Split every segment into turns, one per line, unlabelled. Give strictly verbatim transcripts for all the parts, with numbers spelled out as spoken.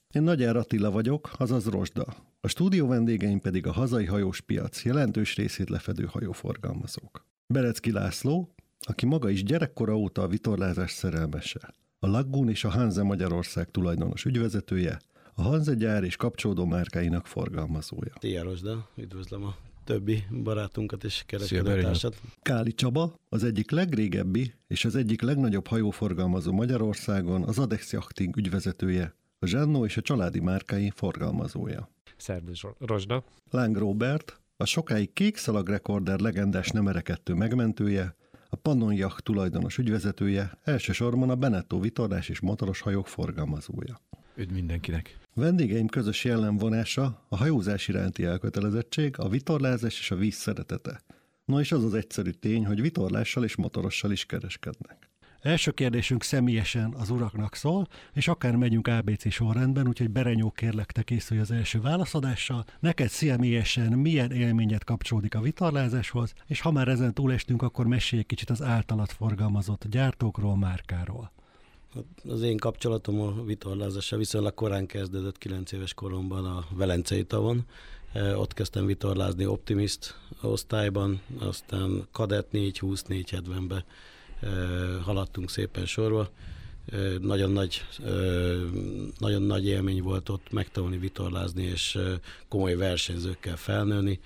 Én Nagyár Attila vagyok, azaz Rozsda. A stúdió vendégeim pedig a hazai hajós piac jelentős részét lefedő hajóforgalmazók. Berecki László, aki maga is gyerekkora óta a vitorlázás szerelmese. A Lagoon és a Hanze Magyarország tulajdonos ügyvezetője, a Hanze gyár és kapcsolódó márkáinak forgalmazója.
Szia Rozsda, üdvözlöm a többi barátunkat és kereskedőtársat.
Káli Csaba, az egyik legrégebbi és az egyik legnagyobb hajóforgalmazó Magyarországon, az Adex Yachting ügyvezetője, a Zsannó és a családi márkái forgalmazója.
Szervusz Rozsda.
Láng Róbert, a sokáig kék szalag rekorder legendás Nemere megmentője, a Pannon Yacht tulajdonos ügyvezetője, elsősorban a Beneteau vitorlás és motoros hajók forgalmazója.
Üdv mindenkinek!
Vendégeim közös jellemvonása a hajózás iránti elkötelezettség, a vitorlázás és a víz szeretete. No és az az egyszerű tény, hogy vitorlással és motorossal is kereskednek.
Első kérdésünk személyesen az uraknak szól, és akár megyünk á bé cé sorrendben, úgyhogy Berenyó, kérlek, te készülj az első válaszadással. Neked személyesen milyen élményed kapcsolódik a vitorlázáshoz, és ha már ezen túlestünk, akkor mesélj egy kicsit az általad forgalmazott gyártókról, márkáról.
Az én kapcsolatom a vitorlázással viszonylag korán kezdődött, kilenc éves koromban a Velencei tavon. Ott kezdtem vitorlázni Optimist osztályban, aztán Kadett négy húsz négy hetvenbe haladtunk szépen sorba. Nagyon nagy, nagyon nagy élmény volt ott megtanulni vitorlázni, és komoly versenyzőkkel felnőni.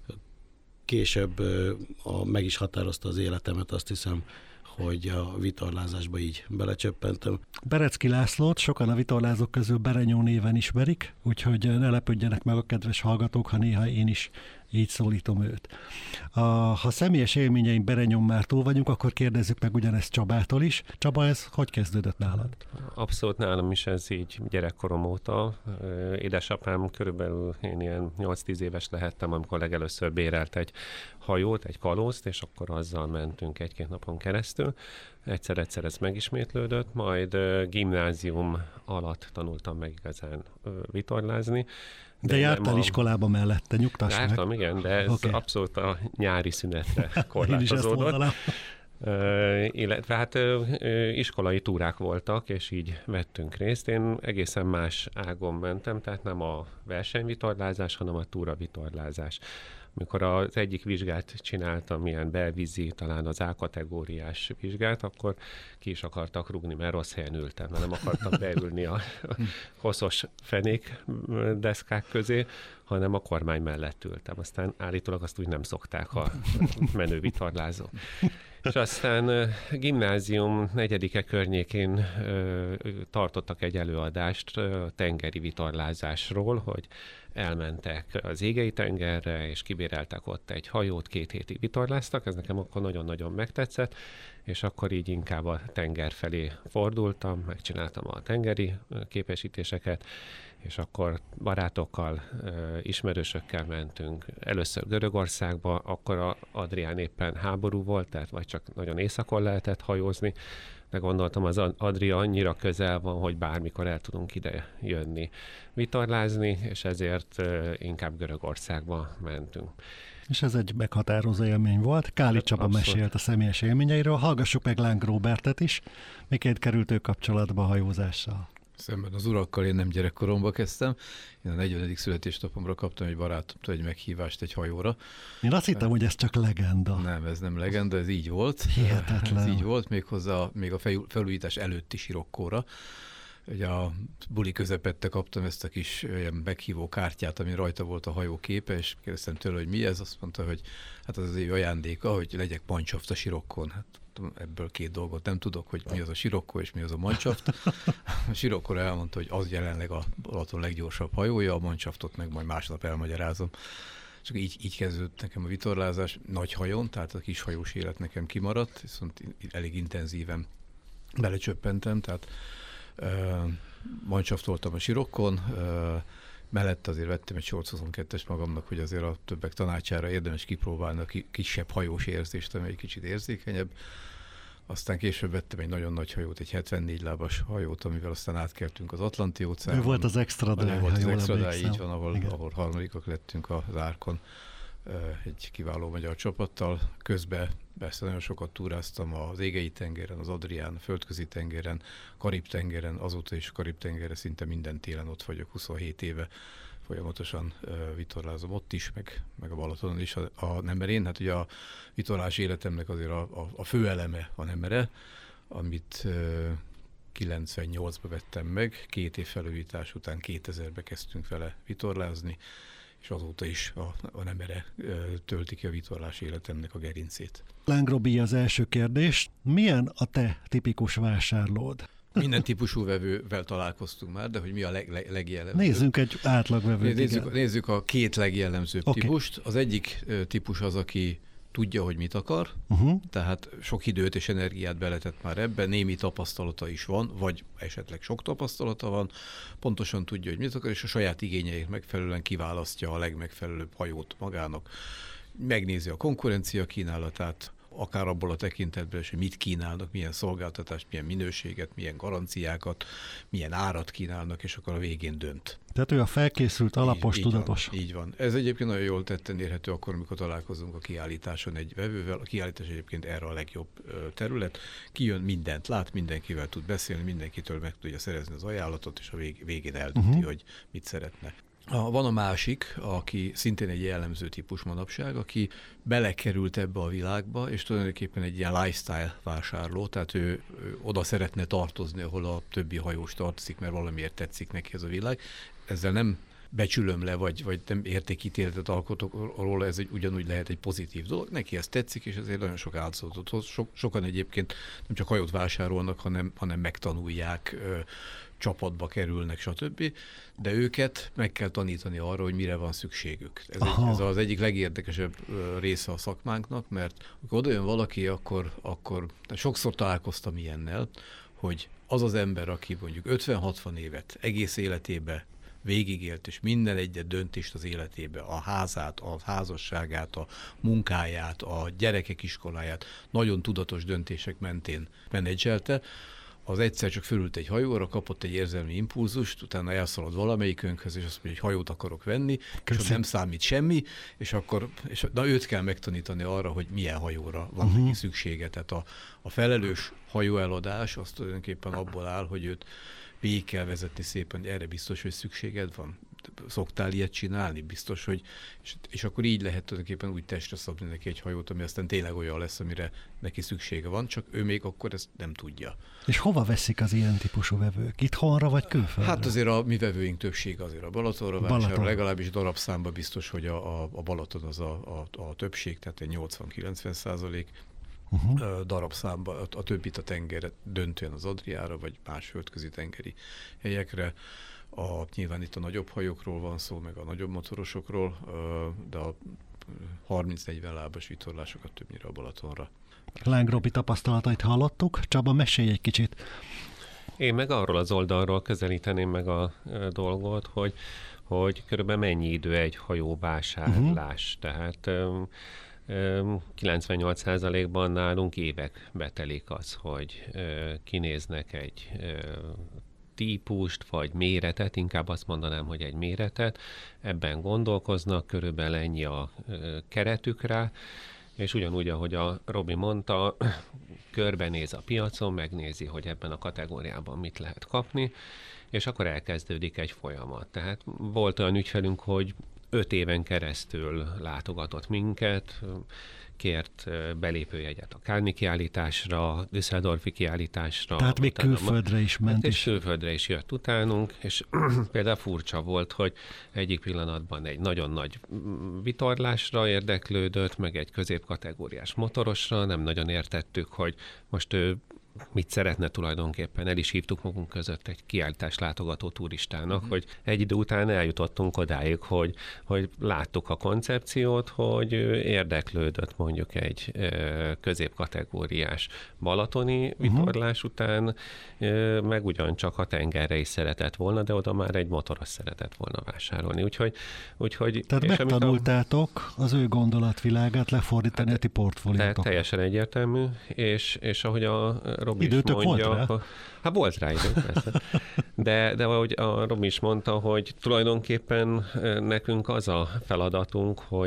Később a, meg is határozta az életemet, azt hiszem, hogy a vitorlázásba így belecsöppentem.
Berecki Lászlót sokan a vitorlázók közül Berenyó néven ismerik, úgyhogy ne lepődjenek meg a kedves hallgatók, ha néha én is így szólítom őt. A, ha személyes élményeim Berenyón már túl vagyunk, akkor kérdezzük meg ugyanezt Csabától is. Csaba, ez hogy kezdődött nálad?
Abszolút nálam is ez így gyerekkorom óta. Édesapám körülbelül én ilyen nyolc-tíz éves lehettem, amikor legelőször bérelt egy hajót, egy kalózt, és akkor azzal mentünk egy-két napon keresztül. Egyszer-egyszer ez megismétlődött, majd gimnázium alatt tanultam meg igazán vitorlázni.
De, de jártál a... iskolába mellette, nyugtass meg.
Jártam, igen, de ez okay. Abszolút a nyári szünetre korlátozódott. Uh, illetve hát uh, iskolai túrák voltak, és így vettünk részt. Én egészen más ágon mentem, tehát nem a versenyvitorlázás, hanem a túravitorlázás. Amikor az egyik vizsgát csináltam, ilyen belvízi, talán az A-kategóriás vizsgát, akkor ki is akartak rúgni, mert rossz helyen ültem, mert nem akartam beülni a hosszos fenék deszkák közé, hanem a kormány mellett ültem. Aztán állítólag azt úgy nem szokták a menő vitorlázók. És aztán gimnázium negyedike környékén ö, tartottak egy előadást ö, tengeri vitorlázásról, hogy elmentek az Égei tengerre, és kibéreltek ott egy hajót, két hétig vitorláztak, ez nekem akkor nagyon-nagyon megtetszett, és akkor így inkább a tenger felé fordultam, megcsináltam a tengeri képesítéseket, és akkor barátokkal, ismerősökkel mentünk. Először Görögországba, akkor a Adrián éppen háború volt, tehát vagy csak nagyon északon lehetett hajózni, de gondoltam, az Adria annyira közel van, hogy bármikor el tudunk ide jönni vitorlázni, és ezért inkább Görögországba mentünk.
És ez egy meghatározó élmény volt. Káli Csaba Abszolút. Mesélt a személyes élményeiről. Hallgassuk meg Láng Róbertet is. Miként került ő kapcsolatba a hajózással?
Szemben az urakkal én nem gyerekkoromba kezdtem. Én a negyvenedik születésnapomra kaptam egy barátomtól egy meghívást egy hajóra.
Én azt hittem, hogy ez csak legenda.
Nem, ez nem legenda, ez így volt.
Hihetetlen.
Ez így volt, méghozzá még a felújítás előtti sirokkóra. Ugye a buli közepette kaptam ezt a kis olyan meghívó kártyát, ami rajta volt a hajó képe, és kérdeztem tőle, hogy mi ez. Azt mondta, hogy hát az az év ajándéka, hogy legyek mancshaft a sirokkón. Hát ebből két dolgot nem tudok, hogy mi az a sirokkó és mi az a mancshaft. A sirokkóra elmondta, hogy az jelenleg a Balaton leggyorsabb hajója, a mancsaftot meg majd másnap elmagyarázom. Csak így, így kezdődött nekem a vitorlázás nagy hajón, tehát a kis hajós élet nekem kimaradt, viszont elég intenzíven belecsöppentem, tehát uh, mancshaftoltam a sirokkon, uh, mellett azért vettem egy Shorts huszonkettes magamnak, hogy azért a többek tanácsára érdemes kipróbálni a kisebb hajós érzést, ami egy kicsit érzékenyebb. Aztán később vettem egy nagyon nagy hajót, egy hetvennégy lábas hajót, amivel aztán átkeltünk az Atlanti-óceánon.
Ő volt az extra dráj,
volt az extra dráj, így van, ahol, ahol harmadikak lettünk az árkon. egy kiváló magyar csapattal. Közben persze nagyon sokat túráztam az Égei-tengeren, az Adrián, Földközi-tengeren, Karib-tengeren, azóta is Karib-tengerre szinte minden télen ott vagyok, huszonhét éve folyamatosan vitorlázom ott is, meg, meg a Balatonon is a, a Nemerén. Hát ugye a vitorlás életemnek azért a, a, a fő eleme a Nemere, amit kilencvennyolcban vettem meg, két év felújítás után kétezerbe kezdtünk vele vitorlázni, és azóta is a, a Nemere tölti ki a vitorlás életemnek a gerincét.
Láng Robi, az első kérdés. Milyen a te tipikus vásárlód?
Minden típusú vevővel találkoztunk már, de hogy mi a leg, leg, legjellemzőbb?
Nézzünk egy átlagvevőt.
Nézzük, nézzük a két legjellemzőbb okay. típust. Az egyik típus az, aki tudja, hogy mit akar, uh-huh. tehát sok időt és energiát beletett már ebbe, némi tapasztalata is van, vagy esetleg sok tapasztalata van, pontosan tudja, hogy mit akar, és a saját igényeik megfelelően kiválasztja a legmegfelelőbb hajót magának. Megnézi a konkurencia kínálatát, akár abból a tekintetben, hogy mit kínálnak, milyen szolgáltatást, milyen minőséget, milyen garanciákat, milyen árat kínálnak, és akkor a végén dönt.
Tehát ő a felkészült, alapos,
így,
tudatos.
Így van, így van. Ez egyébként nagyon jól tetten érhető akkor, amikor találkozunk a kiállításon egy vevővel. A kiállítás egyébként erre a legjobb terület. Kijön mindent, lát, mindenkivel tud beszélni, mindenkitől meg tudja szerezni az ajánlatot, és a végén eldönti, uh-huh. hogy mit szeretne. Van a másik, aki szintén egy jellemző típus manapság, aki belekerült ebbe a világba, és tulajdonképpen egy ilyen lifestyle vásárló, tehát ő, ő oda szeretne tartozni, ahol a többi hajós tartozik, mert valamiért tetszik neki ez a világ. Ezzel nem becsülöm le, vagy, vagy nem értékítéletet alkotok róla, ez egy, ugyanúgy lehet egy pozitív dolog. Neki ez tetszik, és ezért nagyon sok áldozatot hoz. So, sokan egyébként nem csak hajót vásárolnak, hanem, hanem megtanulják, ö, csapatba kerülnek, stb. De őket meg kell tanítani arra, hogy mire van szükségük. Ez, egy, ez az egyik legérdekesebb része a szakmánknak, mert amikor oda jön valaki, akkor, akkor sokszor találkoztam ilyennel, hogy az az ember, aki mondjuk ötven-hatvan évet egész életébe végigélt, és minden egyet döntést az életébe, a házát, a házasságát, a munkáját, a gyerekek iskoláját nagyon tudatos döntések mentén menedzselte, az egyszer csak fölült egy hajóra, kapott egy érzelmi impulzust, utána elszalad valamelyikünkhöz, és azt mondja, hogy hajót akarok venni, Köszön. és nem számít semmi, és akkor és, na, őt kell megtanítani arra, hogy milyen hajóra van uh-huh. neki szüksége. Tehát a, a felelős hajóeladás az tulajdonképpen abból áll, hogy őt végig kell vezetni szépen, hogy erre biztos, hogy szükséged van. Szoktál ilyet csinálni? Biztos, hogy... És, és akkor így lehet tulajdonképpen úgy testre szabni neki egy hajót, ami aztán tényleg olyan lesz, amire neki szüksége van, csak ő még akkor ezt nem tudja.
És hova veszik az ilyen típusú vevők? Itthonra vagy külföldre?
Hát azért a mi vevőink többsége azért a Balatonra vásárol, legalábbis darabszámban biztos, hogy a, a, a Balaton az a, a, a többség, tehát egy nyolcvan-kilencven százalék. Uh-huh. darabszámba, a, a többit a tengerre, döntően az Adriára, vagy más földközi tengeri helyekre. A, nyilván itt a nagyobb hajókról van szó, meg a nagyobb motorosokról, de a harminc-negyven lábas vitorlásokat többnyire a Balatonra.
Láng Robi tapasztalatait hallottuk. Csaba, mesélj egy kicsit.
Én meg arról az oldalról közelíteném meg a dolgot, hogy, hogy körülbelül mennyi idő egy hajóvásárlás. Uh-huh. Tehát kilencvennyolc százalékban nálunk évekbe telik az, hogy kinéznek egy típust, vagy méretet, inkább azt mondanám, hogy egy méretet, ebben gondolkoznak, körülbelül ennyi a keretük rá, és ugyanúgy, ahogy a Robi mondta, körbenéz a piacon, megnézi, hogy ebben a kategóriában mit lehet kapni, és akkor elkezdődik egy folyamat. Tehát volt olyan ügyfelünk, hogy öt éven keresztül látogatott minket, kért belépőjegyet a Cannes-i kiállításra, Düsseldorfi kiállításra.
Tehát még külföldre is ment.
És külföldre is jött utánunk, és például furcsa volt, hogy egyik pillanatban egy nagyon nagy vitorlásra érdeklődött, meg egy középkategóriás motorosra, nem nagyon értettük, hogy most ő mit szeretne tulajdonképpen. El is hívtuk magunk között egy kiállítás látogató turistának, uh-huh. hogy egy idő után eljutottunk odáig, hogy, hogy láttuk a koncepciót, hogy érdeklődött mondjuk egy középkategóriás balatoni uh-huh. vitorlás után, meg ugyancsak a tengerre is szeretett volna, de oda már egy motoros szeretett volna vásárolni. Úgyhogy, úgyhogy,
Tehát megtanultátok a... az ő gondolatvilágát lefordítani hát, a ti portfóliótok.
Teljesen egyértelmű, és, és ahogy a Robi
Időtök
is mondja,
volt rá?
Hát volt rá idő, persze. De, de ahogy a Robi is mondta, hogy tulajdonképpen nekünk az a feladatunk, hogy,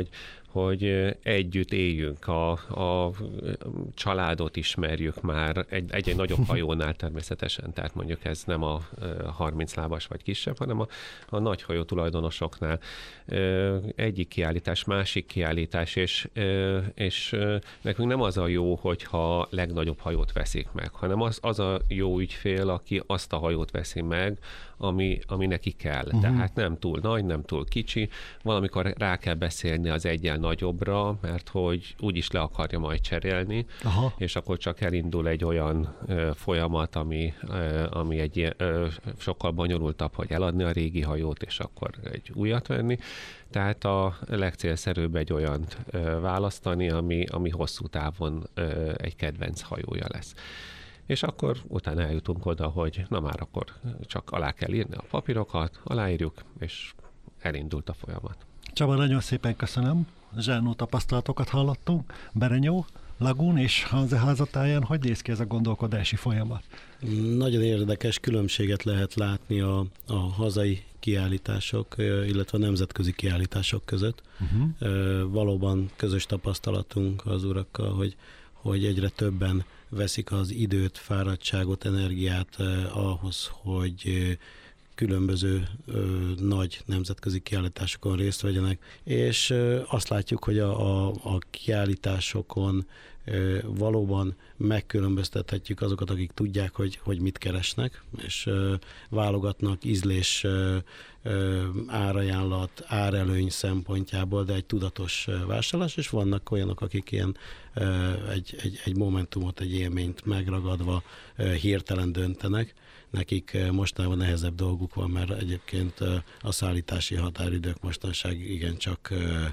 hogy együtt éljünk, a, a családot ismerjük már egy, egy, egy nagyobb hajónál természetesen, tehát mondjuk ez nem a harminc lábas vagy kisebb, hanem a, a nagy hajó tulajdonosoknál. Egyik kiállítás, másik kiállítás, és, és nekünk nem az a jó, hogyha legnagyobb hajót veszik meg, hanem az, az a jó ügyfél, aki azt a hajót veszi meg, ami, ami neki kell. Uh-huh. Tehát nem túl nagy, nem túl kicsi, valamikor rá kell beszélni az egyen nagyobbra, mert hogy úgyis le akarja majd cserélni, aha, és akkor csak elindul egy olyan ö, folyamat, ami, ö, ami egy ö, sokkal bonyolultabb, hogy eladni a régi hajót, és akkor egy újat venni. Tehát a legcélszerűbb egy olyant ö, választani, ami, ami hosszú távon ö, egy kedvenc hajója lesz. És akkor utána eljutunk oda, hogy na már akkor csak alá kell írni a papírokat, aláírjuk, és elindult a folyamat.
Csaba, nagyon szépen köszönöm. Zsánó tapasztalatokat hallottunk. Berenyó, Lagún és Hanze házatáján hogy néz ki ez a gondolkodási folyamat?
Nagyon érdekes különbséget lehet látni a, a hazai kiállítások, illetve a nemzetközi kiállítások között. Uh-huh. Valóban közös tapasztalatunk az urakkal, hogy, hogy egyre többen veszik az időt, fáradtságot, energiát eh, ahhoz, hogy eh, különböző ö, nagy nemzetközi kiállításokon részt vegyenek, és ö, azt látjuk, hogy a, a, a kiállításokon ö, valóban megkülönböztethetjük azokat, akik tudják, hogy, hogy mit keresnek, és ö, válogatnak ízlés, ö, ö, árajánlat, árelőny szempontjából, de egy tudatos vásárlás, és vannak olyanok, akik ilyen ö, egy, egy, egy momentumot, egy élményt megragadva ö, hirtelen döntenek. Nekik mostanában nehezebb dolguk van, mert egyébként a szállítási határidők mostanság igencsak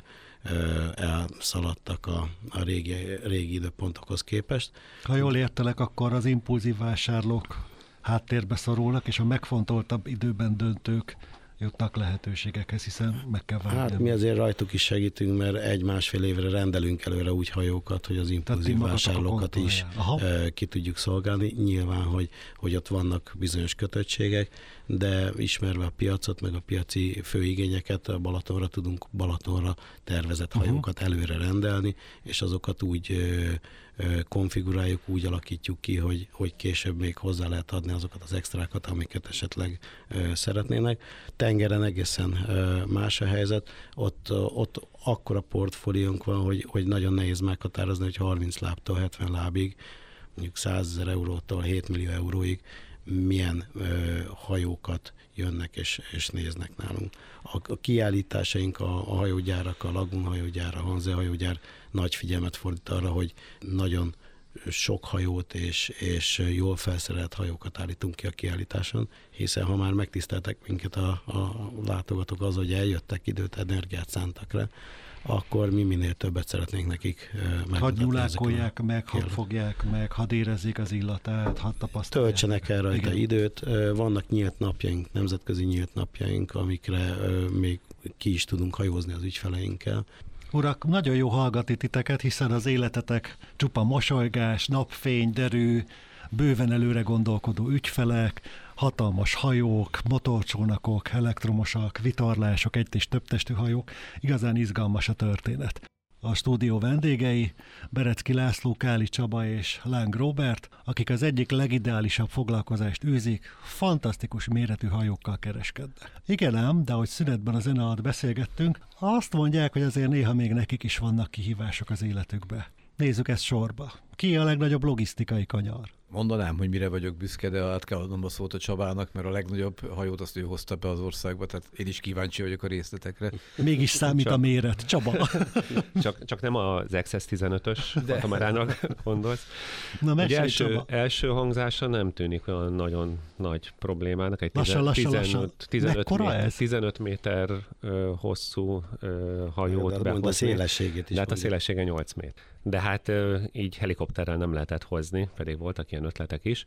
elszaladtak a, a régi, régi időpontokhoz képest.
Ha jól értelek, akkor az impulzív vásárlók háttérbe szorulnak, és a megfontoltabb időben döntők jutnak lehetőségekhez, hiszen meg kell várni.
Hát mi azért rajtuk is segítünk, mert egy-másfél évre rendelünk előre úgy hajókat, hogy az impulzív vásárlókat is Aha. ki tudjuk szolgálni. Nyilván, hogy, hogy ott vannak bizonyos kötöttségek, de ismerve a piacot, meg a piaci főigényeket, a Balatonra tudunk Balatonra tervezett hajókat uh-huh. előre rendelni, és azokat úgy konfiguráljuk, úgy alakítjuk ki, hogy, hogy később még hozzá lehet adni azokat az extrákat, amiket esetleg ö, szeretnének. Tengeren egészen ö, más a helyzet, ott, ott akkora portfóliónk van, hogy, hogy nagyon nehéz meghatározni, hogy harminc lábtól hetven lábig, mondjuk százezer eurótól hét millió euróig milyen ö, hajókat jönnek és, és néznek nálunk. A, a kiállításaink, a, a hajógyárak, a Lagún hajógyár, a Hanze hajógyár nagy figyelmet fordít arra, hogy nagyon sok hajót és, és jól felszerelt hajókat állítunk ki a kiállításon, hiszen ha már megtiszteltek minket a, a látogatók az, hogy eljöttek, időt, energiát szántak rá, akkor mi minél többet szeretnénk nekik megmutatni.
Hadd nyulákolják meg, hadd fogják meg, hadd érezzék az illatát, hadd tapasztalják.
Töltsenek el rajta Igen. időt. Vannak nyílt napjaink, nemzetközi nyílt napjaink, amikre még ki is tudunk hajózni az ügyfeleinkkel.
Urak, nagyon jó hallgatni titeket, hiszen az életetek csupa mosolygás, napfény, derű, bőven előre gondolkodó ügyfelek, hatalmas hajók, motorcsónakok, elektromosak, vitorlások, egy- és többtestű hajók. Igazán izgalmas a történet. A stúdió vendégei Berecki László, Káli Csaba és Láng Róbert, akik az egyik legideálisabb foglalkozást űzik, fantasztikus méretű hajókkal kereskednek. Igen ám, de ahogy szünetben a zene alatt beszélgettünk, azt mondják, hogy azért néha még nekik is vannak kihívások az életükbe. Nézzük ezt sorba. Ki a legnagyobb logisztikai kanyar?
Mondanám, hogy mire vagyok büszke, de át kell adnom a szót a Csabának, mert a legnagyobb hajót azt ő hozta be az országba, tehát én is kíváncsi vagyok a részletekre.
Mégis számít csak a méret, Csaba.
csak, csak nem az X S tizenötös katamarának gondolsz.
Na, mesélj,
első,
Csaba.
első hangzása nem tűnik olyan nagyon nagy problémának. Egy
lassan, lassan, lassan.
tizenöt, méter, tizenöt méter uh, hosszú uh, hajót behozni.
A szélességét is.
De hát a szélessége nyolc méter. De hát uh, így helikopterrel nem lehetett hozni, pedig voltak ilyen ötletek is.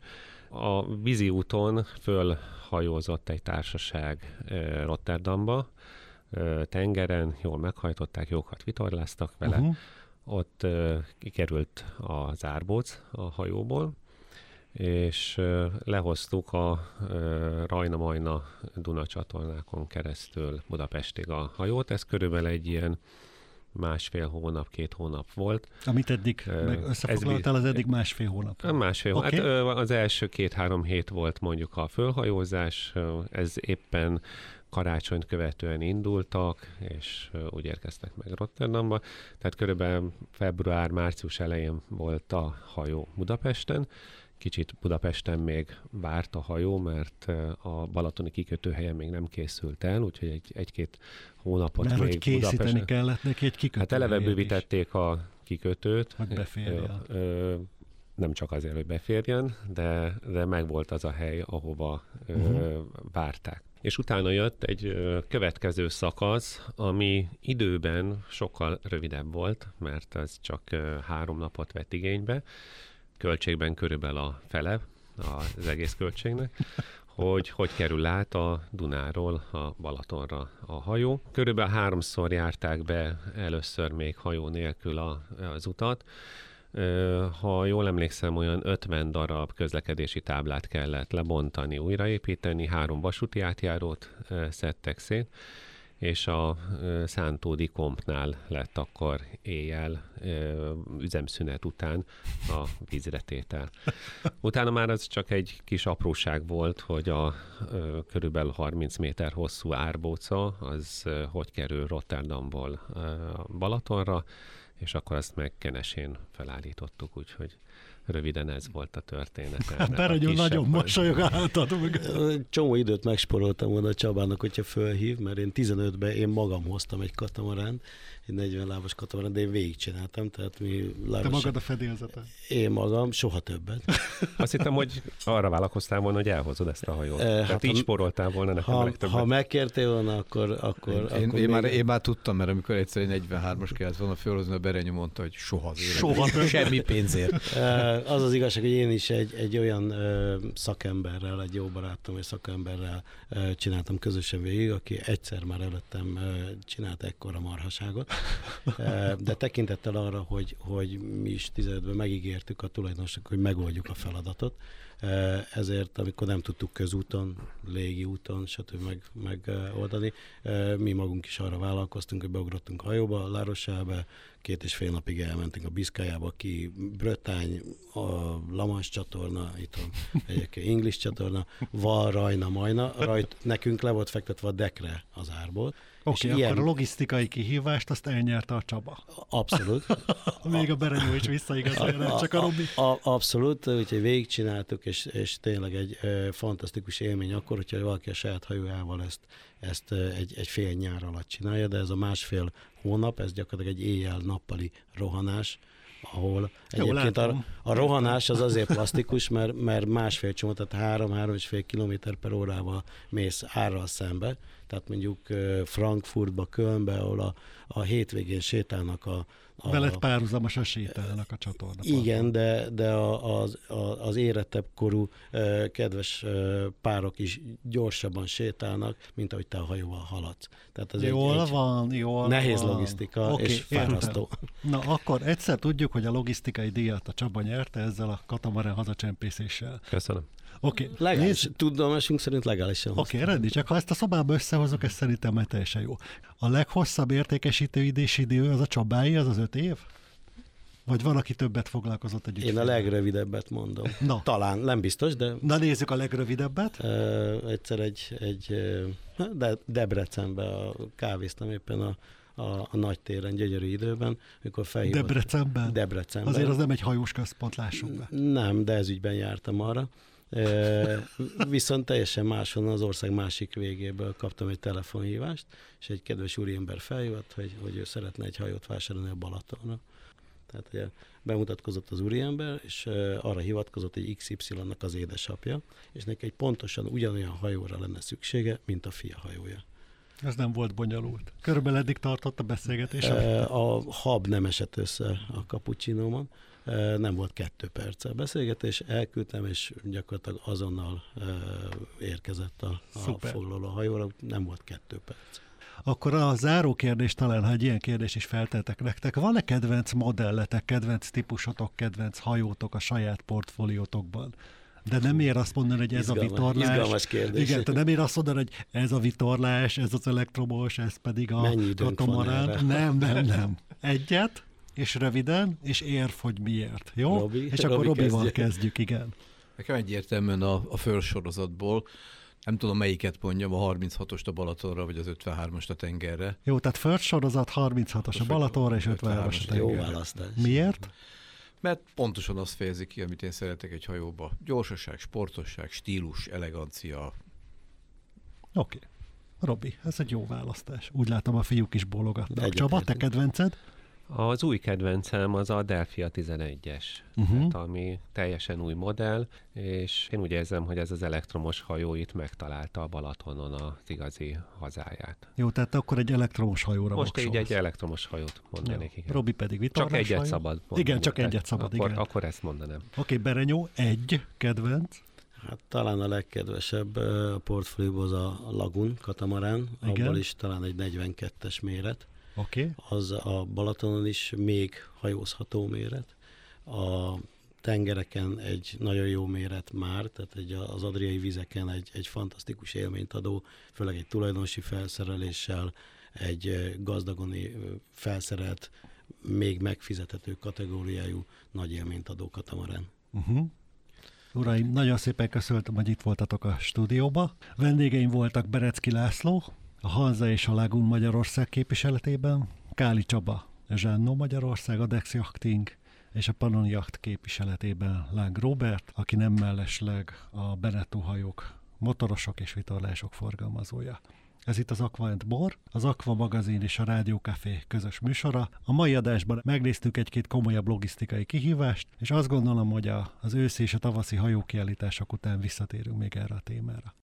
A vízi úton fölhajózott egy társaság uh, Rotterdamba, uh, tengeren, jól meghajtották, jókat vitorláztak vele. Uh-huh. Ott uh, kikerült az árbóc a hajóból, és uh, lehoztuk a uh, Rajna-Majna Duna csatornákon keresztül Budapestig a hajót. Ez körülbelül egy ilyen másfél hónap, két hónap volt.
Amit eddig meg összefoglaltál, az eddig másfél hónap.
Másfél hónap.
Okay.
Hát az első két-három hét volt mondjuk a fölhajózás, ez éppen karácsonyt követően indultak, és úgy érkeztek meg Rotterdamba. Tehát körülbelül február-március elején volt a hajó Budapesten. Kicsit Budapesten még várt a hajó, mert a balatoni kikötőhelyen még nem készült el, úgyhogy egy, egy-két hónapot
mert
még
hogy készíteni
Budapesten
kellett neki egy kikötőt.
Hát eleve bővítették a kikötőt.
Hogy beférjen.
Ö, ö, nem csak azért, hogy beférjen, de, de megvolt az a hely, ahova ö, uh-huh. várták. És utána jött egy ö, következő szakasz, ami időben sokkal rövidebb volt, mert ez csak ö, három napot vett igénybe, költségben körülbelül a fele az egész költségnek, hogy hogy kerül át a Dunáról a Balatonra a hajó. Körülbelül háromszor járták be először még hajó nélkül a, az utat. Ha jól emlékszem, olyan ötven darab közlekedési táblát kellett lebontani, újraépíteni, három vasúti átjárót szedtek szét, és a Szántódi Kompnál lett akkor éjjel üzemszünet után a vízretétel. Utána már az csak egy kis apróság volt, hogy a körülbelül harminc méter hosszú árbóca az hogy kerül Rotterdamból Balatonra, és akkor azt meg Kenesén felállítottuk, úgyhogy röviden ez volt a történet.
Berenyő nagyon mosolyog által.
Csomó időt megsporoltam volna a Csabának, hogyha fölhív, mert én tizenötben én magam hoztam egy katamaránt, egy negyven lábas katamaránt, de én végigcsináltam, tehát mi lábas...
Te magad a fedélzetet?
Én magam, soha többet.
Azt hittem, hogy arra vállalkoztál volna, hogy elhozod ezt a hajót. E, Tehát hát így sporoltál volna nekem
ha,
legtöbbet.
Ha megkértél volna, akkor... akkor,
én,
akkor
én,
még...
én, már, én már tudtam, mert amikor egyszer egy negyvenhármas kellett volna fölhozni, a Berenyő mondta, hogy soha az életben. Soha. Semmi pénzért.
Az az igazság, hogy én is egy, egy olyan ö, szakemberrel, egy jó barátom és szakemberrel ö, csináltam közösen végig, aki egyszer már előttem ö, csinált ekkora marhaságot. Ö, de tekintettel arra, hogy, hogy mi is tizenötben megígértük a tulajdonosnak, hogy megoldjuk a feladatot, ö, ezért amikor nem tudtuk közúton, légi úton, stb. meg, megoldani, ö, mi magunk is arra vállalkoztunk, hogy beugrottunk hajóba, La Rochelle-be, két és fél napig elmentünk a Biszkájába, ki Brötány, a La Manche csatorna, itt van egyébként English csatorna, Val, Rajna, Majna, rajt nekünk le volt fektetve a dekre az árból.
Oké, okay, ilyen... akkor a logisztikai kihívást azt elnyerte a Csaba.
Abszolút.
Még a Berenyő is visszaigazolja, csak a Robi.
A, a, abszolút, úgyhogy végigcsináltuk, és, és tényleg egy e, fantasztikus élmény akkor, hogyha valaki a saját hajójával ezt, ezt egy, egy fél nyár alatt csinálja, de ez a másfél hónap, ez gyakorlatilag egy éjjel-nappali rohanás, ahol Jó, egyébként a, a rohanás az azért plastikus, mert, mert másfél csomó, tehát három-három és fél kilométer per órával mész árral szembe, tehát mondjuk Frankfurtba, Kölnbe, ahol a, a hétvégén sétálnak a... a
Veled párhuzamosan sétálnak a csatorna.
Igen, de, de a, az, a, az érettebb korú kedves párok is gyorsabban sétálnak, mint ahogy te a hajóval haladsz. Tehát az
jól
egy, egy
van, jól
nehéz
van.
logisztika,
okay,
és fárasztó.
Na akkor egyszer tudjuk, hogy a logisztikai díjat a Csaba nyerte ezzel a katamarán hazacsempészéssel.
Köszönöm.
Okay.
Legális, tudomásunk szerint legálisan
Oké, okay, rendi, csak ha ezt a szobába összehozok, ez szerintem már teljesen jó. A leghosszabb értékesítőidés idő az a Csabái, az az öt év? Vagy van, aki többet foglalkozott egy
Én a legrövidebbet mondom. No. Talán, nem biztos, de...
Na nézzük a legrövidebbet.
Uh, egyszer egy, egy de Debrecenben kávéztam éppen a A, a nagy téren, gyönyörű időben, mikor felhívott...
Debrecenben?
Debrecenben.
Azért az nem egy hajós központ, lássuk be.
Nem, de ez ügyben jártam arra. E, viszont teljesen máshonnan, az ország másik végéből kaptam egy telefonhívást, és egy kedves úriember felhívott, hogy, hogy ő szeretne egy hajót vásárolni a Balatonra. Tehát ugye bemutatkozott az úriember, és arra hivatkozott, hogy iksz ipszilonnak az édesapja, és neki egy pontosan ugyanolyan hajóra lenne szüksége, mint a fia hajója.
Ez nem volt bonyolult. Körülbelül eddig tartott a beszélgetés?
A hab nem esett össze a kapucsinóban. Nem volt kettő perc a beszélgetés, elküldtem, és gyakorlatilag azonnal érkezett a, a foglaló hajóra, nem volt kettő perc.
Akkor a záró kérdés talán, ha egy ilyen kérdést is feltettek nektek, van-e kedvenc modelletek, kedvenc típusotok, kedvenc hajótok a saját portfóliótokban? De nem ér azt mondani, hogy ez
Izgalma,
a vitorlás.
Izgalmas kérdés.
Igen, te nem ér azt mondani, hogy ez a vitorlás, ez az elektromos, ez pedig a katamarán. Nem, nem, nem. egyet, és röviden, és érv, hogy miért. Jó?
Robi,
és akkor
Robi
Robival
kezdje.
kezdjük, igen.
Nekem egyértelműen a, a First sorozatból, nem tudom melyiket mondjam, a harminchatost a Balatonra, vagy az ötvenhármast a tengerre.
Jó, tehát First sorozat, harminchatos a Balatonra, és ötvenhármas a
Jó
tengerre.
választás.
Miért?
Mert pontosan azt fejezi ki, amit én szeretek egy hajóba. Gyorsaság, sportosság, stílus, elegancia.
Oké. Okay. Robi, ez egy jó választás. Úgy látom, a fiúk is bólogatnak.
Egyet
Csaba, te
értünk.
kedvenced?
Az új kedvencem az a Delphia tizenegyes,
Uh-huh.
hát, ami teljesen új modell, és én úgy érzem, hogy ez az elektromos hajó itt megtalálta a Balatonon az igazi hazáját.
Jó, tehát akkor egy elektromos hajóra
Most így
voksolsz.
egy elektromos hajót mondanék, igen.
Robi pedig vitorlás
Csak egyet
hajó.
szabad mondani.
Igen, csak
Tehát
egyet szabad,
akkor,
igen.
Akkor ezt mondanám.
Oké, okay, Berenyó, egy kedvenc.
Hát talán a legkedvesebb ö, a portfólióban az a Lagun katamarán,
Igen.
abból is talán egy negyvenkettes méret.
Oké. Okay.
Az a Balatonon is még hajózható méret. A tengereken egy nagyon jó méret már, tehát egy az adriai vizeken egy, egy fantasztikus élményt adó, főleg egy tulajdonosi felszereléssel, egy ö, gazdagoni ö, felszerelt, még megfizethető kategóriájú nagy élményt adó katamarán.
Uh-huh. Uraim, nagyon szépen köszöntöm, hogy itt voltatok a stúdióba. Vendégeim voltak Berecki László, a Hanza és a Lagun Magyarország képviseletében, Káli Csaba, Zsánnó Magyarország, a Dex Yachting, és a Pannon Yacht képviseletében Láng Róbert, aki nem mellesleg a Beneteau hajók, motorosok és vitorlások forgalmazója. Ez itt az Aqua and Bor, az Aqua magazin és a Rádió Café közös műsora. A mai adásban megnéztük egy-két komolyabb logisztikai kihívást, és azt gondolom, hogy a, az őszi és a tavaszi hajókiállítások után visszatérünk még erre a témára.